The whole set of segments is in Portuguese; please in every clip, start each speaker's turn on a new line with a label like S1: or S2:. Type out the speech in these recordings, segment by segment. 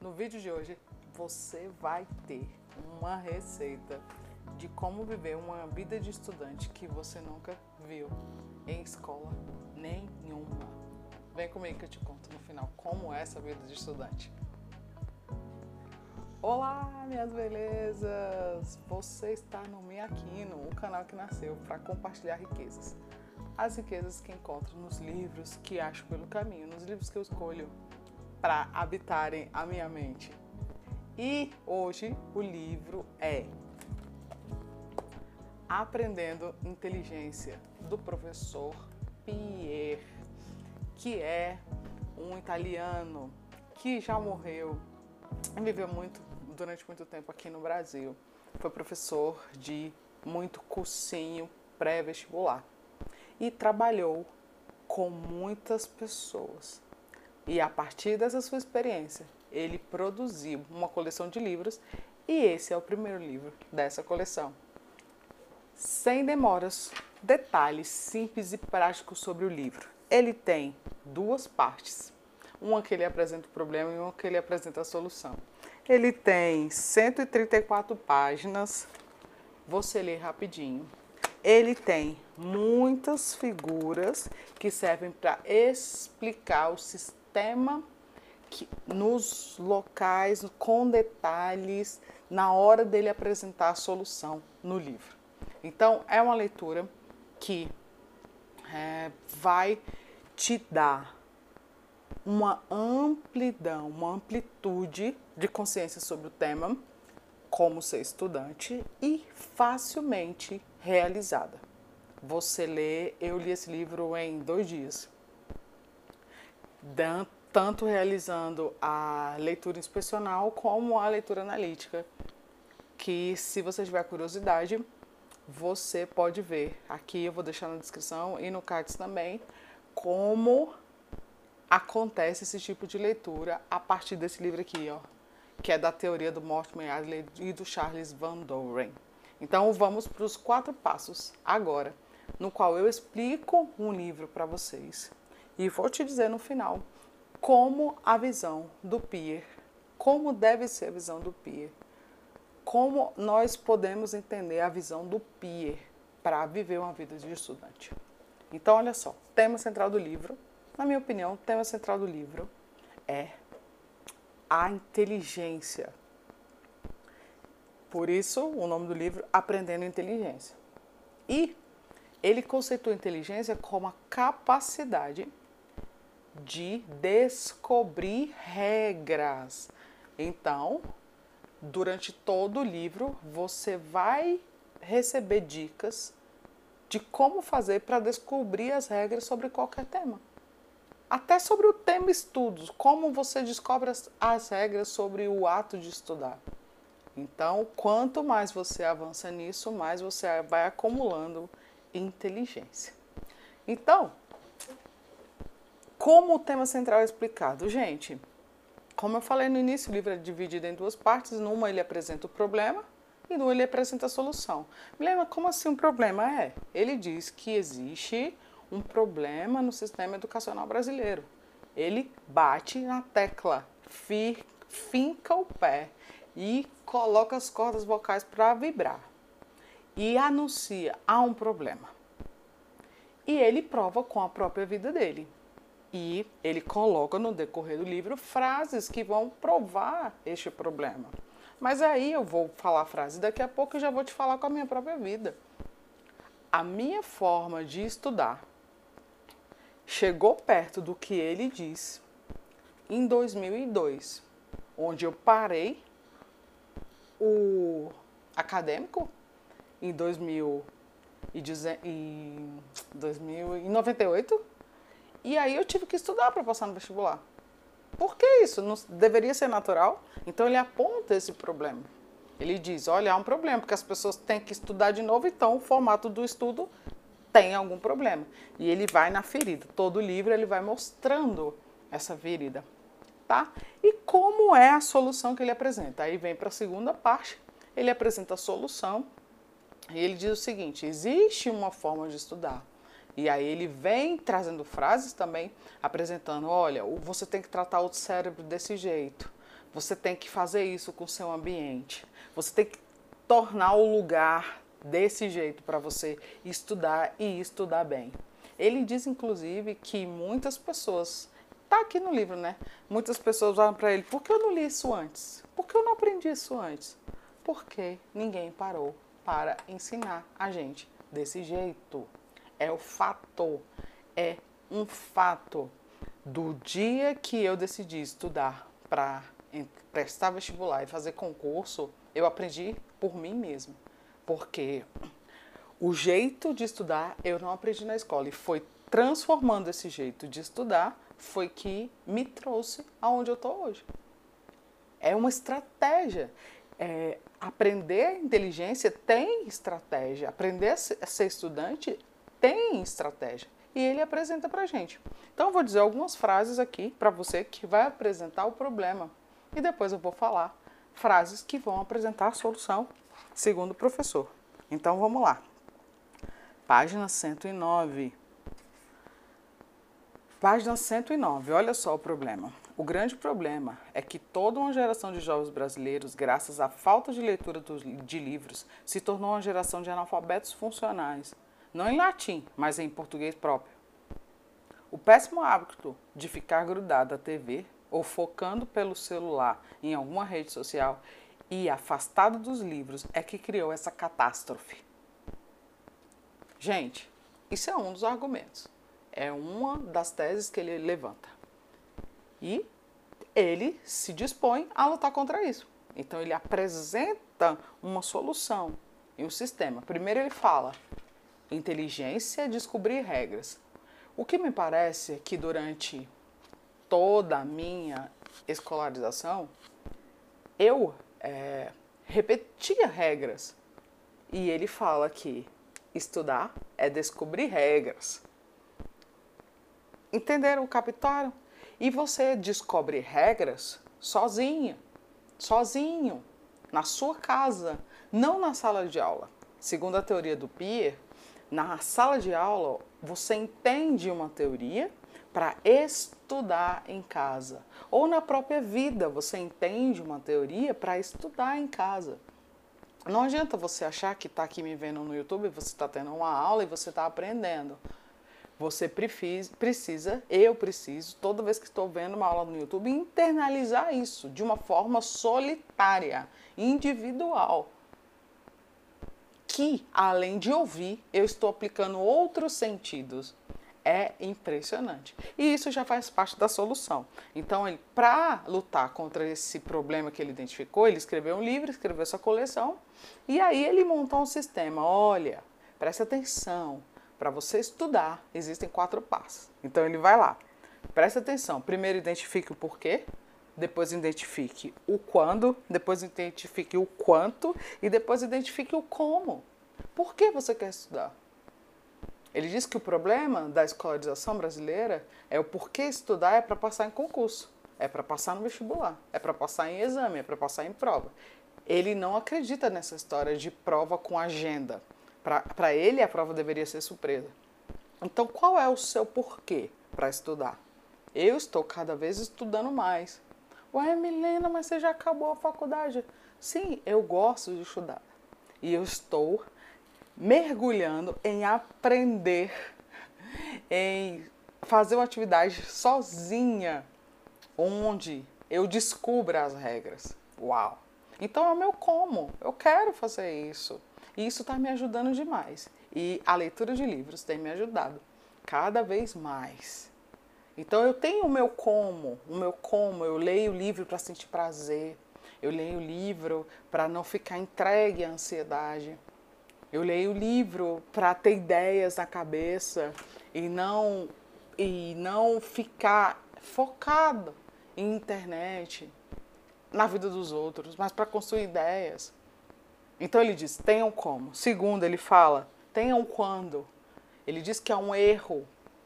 S1: No vídeo de hoje você vai ter uma receita de como viver uma vida de estudante que você nunca viu em escola nenhuma. Vem comigo que eu te conto no final como é essa vida de estudante. Olá, minhas belezas! Você está no Miaquino, o canal que nasceu para compartilhar riquezas. As riquezas que encontro nos livros que acho pelo caminho, nos livros que eu escolho para habitarem a minha mente. E hoje o livro é Aprendendo Inteligência, do professor Pierre, que é um italiano que já morreu e viveu durante muito tempo aqui no Brasil. Foi professor de muito cursinho pré-vestibular e trabalhou com muitas pessoas. E a partir dessa sua experiência, ele produziu uma coleção de livros e esse é o primeiro livro dessa coleção. Sem demoras, detalhes simples e práticos sobre o livro. Ele tem duas partes, uma que ele apresenta o problema e uma que ele apresenta a solução. Ele tem 134 páginas, você lê rapidinho. Ele tem muitas figuras que servem para explicar o sistema nos locais, com detalhes, na hora dele apresentar a solução no livro. Então, é uma leitura que vai te dar uma amplidão, uma amplitude de consciência sobre o tema, como ser estudante, e facilmente realizada. Você lê, eu li esse livro em 2 dias, tanto realizando a leitura inspecional como a leitura analítica, que se você tiver curiosidade, você pode ver. Aqui eu vou deixar na descrição e no cards também, como acontece esse tipo de leitura a partir desse livro aqui, ó, que é da teoria do Mortimer Adler e do Charles Van Doren. Então vamos para os 4 passos agora, no qual eu explico um livro para vocês e vou te dizer no final como a visão do Pierre, como deve ser a visão do Pierre, como nós podemos entender a visão do Pierre para viver uma vida de estudante. Então olha só, tema central do livro, na minha opinião, o tema central do livro é a inteligência. Por isso, o nome do livro, Aprendendo Inteligência. E ele conceitua a inteligência como a capacidade de descobrir regras. Então, durante todo o livro, você vai receber dicas de como fazer para descobrir as regras sobre qualquer tema. Até sobre o tema estudos, como você descobre as regras sobre o ato de estudar. Então, quanto mais você avança nisso, mais você vai acumulando inteligência. Então, como o tema central é explicado? Gente, como eu falei no início, o livro é dividido em 2 partes. Numa ele apresenta o problema e numa ele apresenta a solução. Milena, como assim um problema? Ele diz que existe um problema no sistema educacional brasileiro. Ele bate na tecla, finca o pé e coloca as cordas vocais para vibrar e anuncia há um problema. E ele prova com a própria vida dele. E ele coloca no decorrer do livro frases que vão provar este problema. Mas aí eu vou falar a frase daqui a pouco e já vou te falar com a minha própria vida. A minha forma de estudar chegou perto do que ele diz em 2002, onde eu parei o acadêmico em 2098 e aí eu tive que estudar para passar no vestibular. Por que isso? Não deveria ser natural? Então ele aponta esse problema. Ele diz, olha, há um problema, porque as pessoas têm que estudar de novo, então o formato do estudo tem algum problema. E ele vai na ferida. Todo livro ele vai mostrando essa ferida. Tá? E como é a solução que ele apresenta? Aí vem para a segunda parte, ele apresenta a solução e ele diz o seguinte, existe uma forma de estudar. E aí ele vem trazendo frases também, apresentando, olha, você tem que tratar o cérebro desse jeito. Você tem que fazer isso com o seu ambiente. Você tem que tornar o lugar desse jeito para você estudar e estudar bem. Ele diz, inclusive, que muitas pessoas, tá aqui no livro, né? Muitas pessoas falam para ele, por que eu não li isso antes? Por que eu não aprendi isso antes? Porque ninguém parou para ensinar a gente desse jeito. É o fato, é um fato. Do dia que eu decidi estudar para prestar vestibular e fazer concurso, eu aprendi por mim mesmo. Porque o jeito de estudar eu não aprendi na escola. E foi transformando esse jeito de estudar foi que me trouxe aonde eu estou hoje. É uma estratégia. Aprender inteligência tem estratégia. Aprender a ser estudante tem estratégia. E ele apresenta pra gente. Então eu vou dizer algumas frases aqui para você que vai apresentar o problema. E depois eu vou falar frases que vão apresentar a solução, segundo o professor. Então vamos lá. Página 109. Página 109, olha só o problema. O grande problema é que toda uma geração de jovens brasileiros, graças à falta de leitura de livros, se tornou uma geração de analfabetos funcionais. Não em latim, mas em português próprio. O péssimo hábito de ficar grudado à TV ou focando pelo celular em alguma rede social e afastado dos livros é que criou essa catástrofe. Gente, isso é um dos argumentos. É uma das teses que ele levanta. E ele se dispõe a lutar contra isso. Então ele apresenta uma solução e um sistema. Primeiro ele fala, inteligência é descobrir regras. O que me parece é que durante toda a minha escolarização, eu repetia regras. E ele fala que estudar é descobrir regras. Entenderam? Captaram? E você descobre regras sozinho, na sua casa, não na sala de aula. Segundo a teoria do Peer, na sala de aula você entende uma teoria para estudar em casa. Ou na própria vida você entende uma teoria para estudar em casa. Não adianta você achar que está aqui me vendo no YouTube, você está tendo uma aula e você está aprendendo. Você eu preciso, toda vez que estou vendo uma aula no YouTube, internalizar isso de uma forma solitária, individual. Que, além de ouvir, eu estou aplicando outros sentidos. É impressionante. E isso já faz parte da solução. Então, para lutar contra esse problema que ele identificou, ele escreveu um livro, escreveu essa coleção, e aí ele montou um sistema. Olha, preste atenção. Para você estudar, existem 4 passos. Então ele vai lá. Presta atenção. Primeiro identifique o porquê, depois identifique o quando, depois identifique o quanto e depois identifique o como. Por que você quer estudar? Ele diz que o problema da escolarização brasileira é o porquê estudar é para passar em concurso, é para passar no vestibular, é para passar em exame, é para passar em prova. Ele não acredita nessa história de prova com agenda. Para ele, a prova deveria ser surpresa. Então, qual é o seu porquê para estudar? Eu estou cada vez estudando mais. Ué, Milena, mas você já acabou a faculdade? Sim, eu gosto de estudar. E eu estou mergulhando em aprender, em fazer uma atividade sozinha, onde eu descubro as regras. Uau! Então, é o meu como. Eu quero fazer isso. E isso está me ajudando demais. E a leitura de livros tem me ajudado cada vez mais. Então eu tenho o meu como, eu leio o livro para sentir prazer, eu leio o livro para não ficar entregue à ansiedade, eu leio o livro para ter ideias na cabeça e não ficar focado em internet, na vida dos outros, mas para construir ideias. Então ele diz, tenham como. Segundo, ele fala, tenham quando. Ele diz que é um erro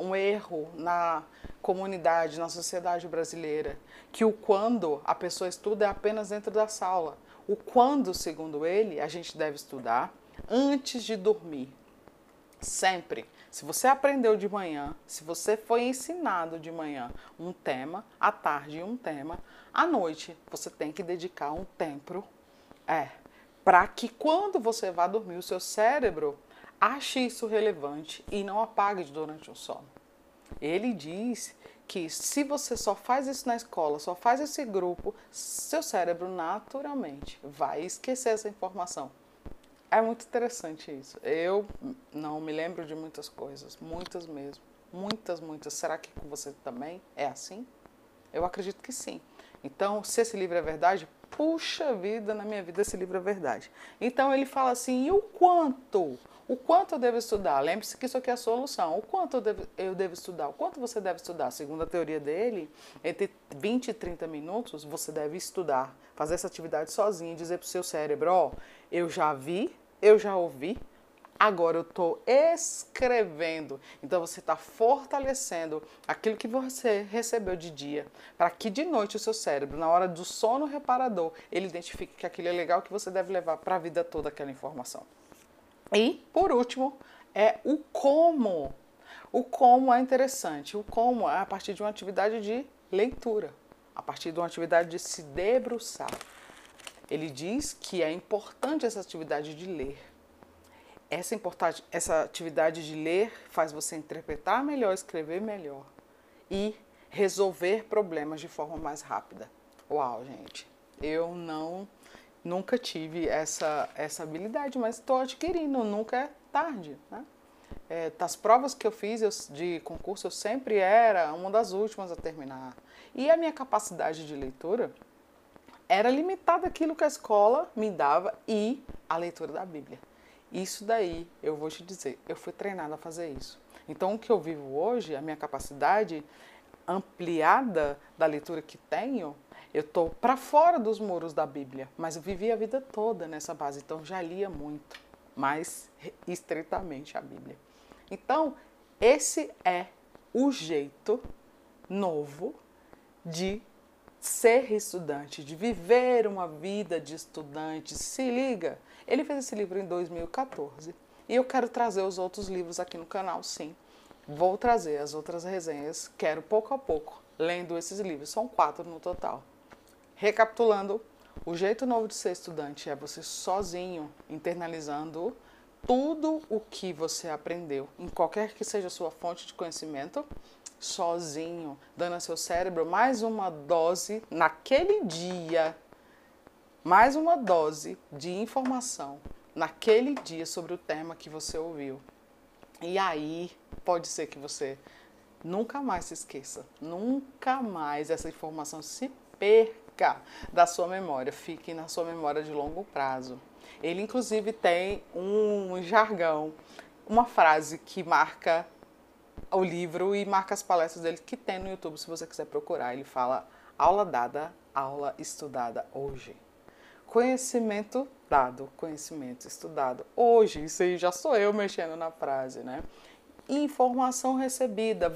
S1: na comunidade, na sociedade brasileira, que o quando a pessoa estuda é apenas dentro da sala. O quando, segundo ele, a gente deve estudar antes de dormir. Sempre. Se você aprendeu de manhã, se você foi ensinado de manhã um tema, à tarde um tema, à noite você tem que dedicar um tempo, para que quando você vá dormir, o seu cérebro ache isso relevante e não apague durante o sono. Ele diz que se você só faz isso na escola, só faz esse grupo, seu cérebro naturalmente vai esquecer essa informação. É muito interessante isso. Eu não me lembro de muitas coisas, muitas mesmo, muitas, muitas. Será que com você também é assim? Eu acredito que sim. Então, se esse livro é verdade, puxa vida, na minha vida esse livro é verdade. Então ele fala assim, e o quanto? O quanto eu devo estudar? Lembre-se que isso aqui é a solução. O quanto eu devo estudar? O quanto você deve estudar? Segundo a teoria dele, entre 20 e 30 minutos você deve estudar, fazer essa atividade sozinho e dizer para o seu cérebro, ó, eu já vi, eu já ouvi, agora eu estou escrevendo. Então você está fortalecendo aquilo que você recebeu de dia, para que de noite o seu cérebro, na hora do sono reparador, ele identifique que aquilo é legal, que você deve levar para a vida toda aquela informação. E, por último, é o como. O como é interessante. O como é a partir de uma atividade de leitura, a partir de uma atividade de se debruçar. Ele diz que é importante essa atividade de ler. Essa atividade de ler faz você interpretar melhor, escrever melhor e resolver problemas de forma mais rápida. Uau, gente, eu nunca tive essa habilidade, mas estou adquirindo, nunca é tarde, né? Das provas que eu fiz de concurso, eu sempre era uma das últimas a terminar. E a minha capacidade de leitura era limitada àquilo que a escola me dava e a leitura da Bíblia. Isso daí, eu vou te dizer, eu fui treinada a fazer isso. Então, o que eu vivo hoje, a minha capacidade ampliada da leitura que tenho, eu estou para fora dos muros da Bíblia, mas eu vivi a vida toda nessa base, então já lia muito, mais estritamente a Bíblia. Então, esse é o jeito novo de ser estudante, de viver uma vida de estudante. Se liga, ele fez esse livro em 2014 e eu quero trazer os outros livros aqui no canal, sim. Vou trazer as outras resenhas, quero pouco a pouco, lendo esses livros, são 4 no total. Recapitulando, o jeito novo de ser estudante é você sozinho, internalizando tudo o que você aprendeu, em qualquer que seja a sua fonte de conhecimento, sozinho, dando ao seu cérebro mais uma dose naquele dia, mais uma dose de informação naquele dia sobre o tema que você ouviu. E aí pode ser que você nunca mais se esqueça, nunca mais essa informação se perca da sua memória, fique na sua memória de longo prazo. Ele inclusive tem um jargão, uma frase que marca o livro e marca as palestras dele que tem no YouTube, se você quiser procurar. Ele fala, aula dada, aula estudada hoje. Conhecimento dado, conhecimento estudado hoje. Isso aí já sou eu mexendo na frase, né? Informação recebida,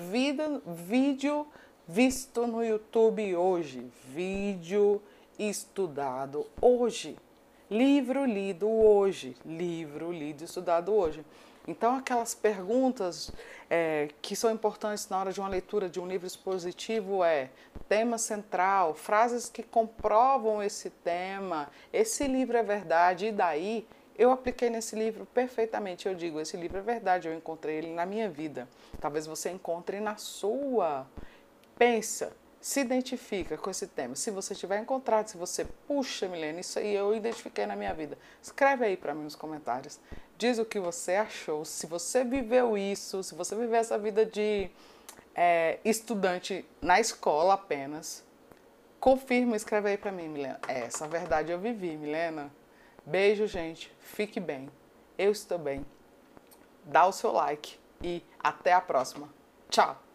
S1: vídeo visto no YouTube hoje, vídeo estudado hoje, livro lido hoje, livro lido e estudado hoje. Então, aquelas perguntas que são importantes na hora de uma leitura de um livro expositivo tema central, frases que comprovam esse tema, esse livro é verdade, e daí eu apliquei nesse livro perfeitamente. Eu digo, esse livro é verdade, eu encontrei ele na minha vida. Talvez você encontre na sua. Pensa, se identifica com esse tema. Se você tiver encontrado, se você, puxa, Milena, isso aí eu identifiquei na minha vida. Escreve aí para mim nos comentários. Diz o que você achou, se você viveu isso, se você viveu essa vida de estudante na escola apenas. Confirma, escreve aí para mim, Milena. Essa verdade eu vivi, Milena. Beijo, gente. Fique bem. Eu estou bem. Dá o seu like e até a próxima. Tchau!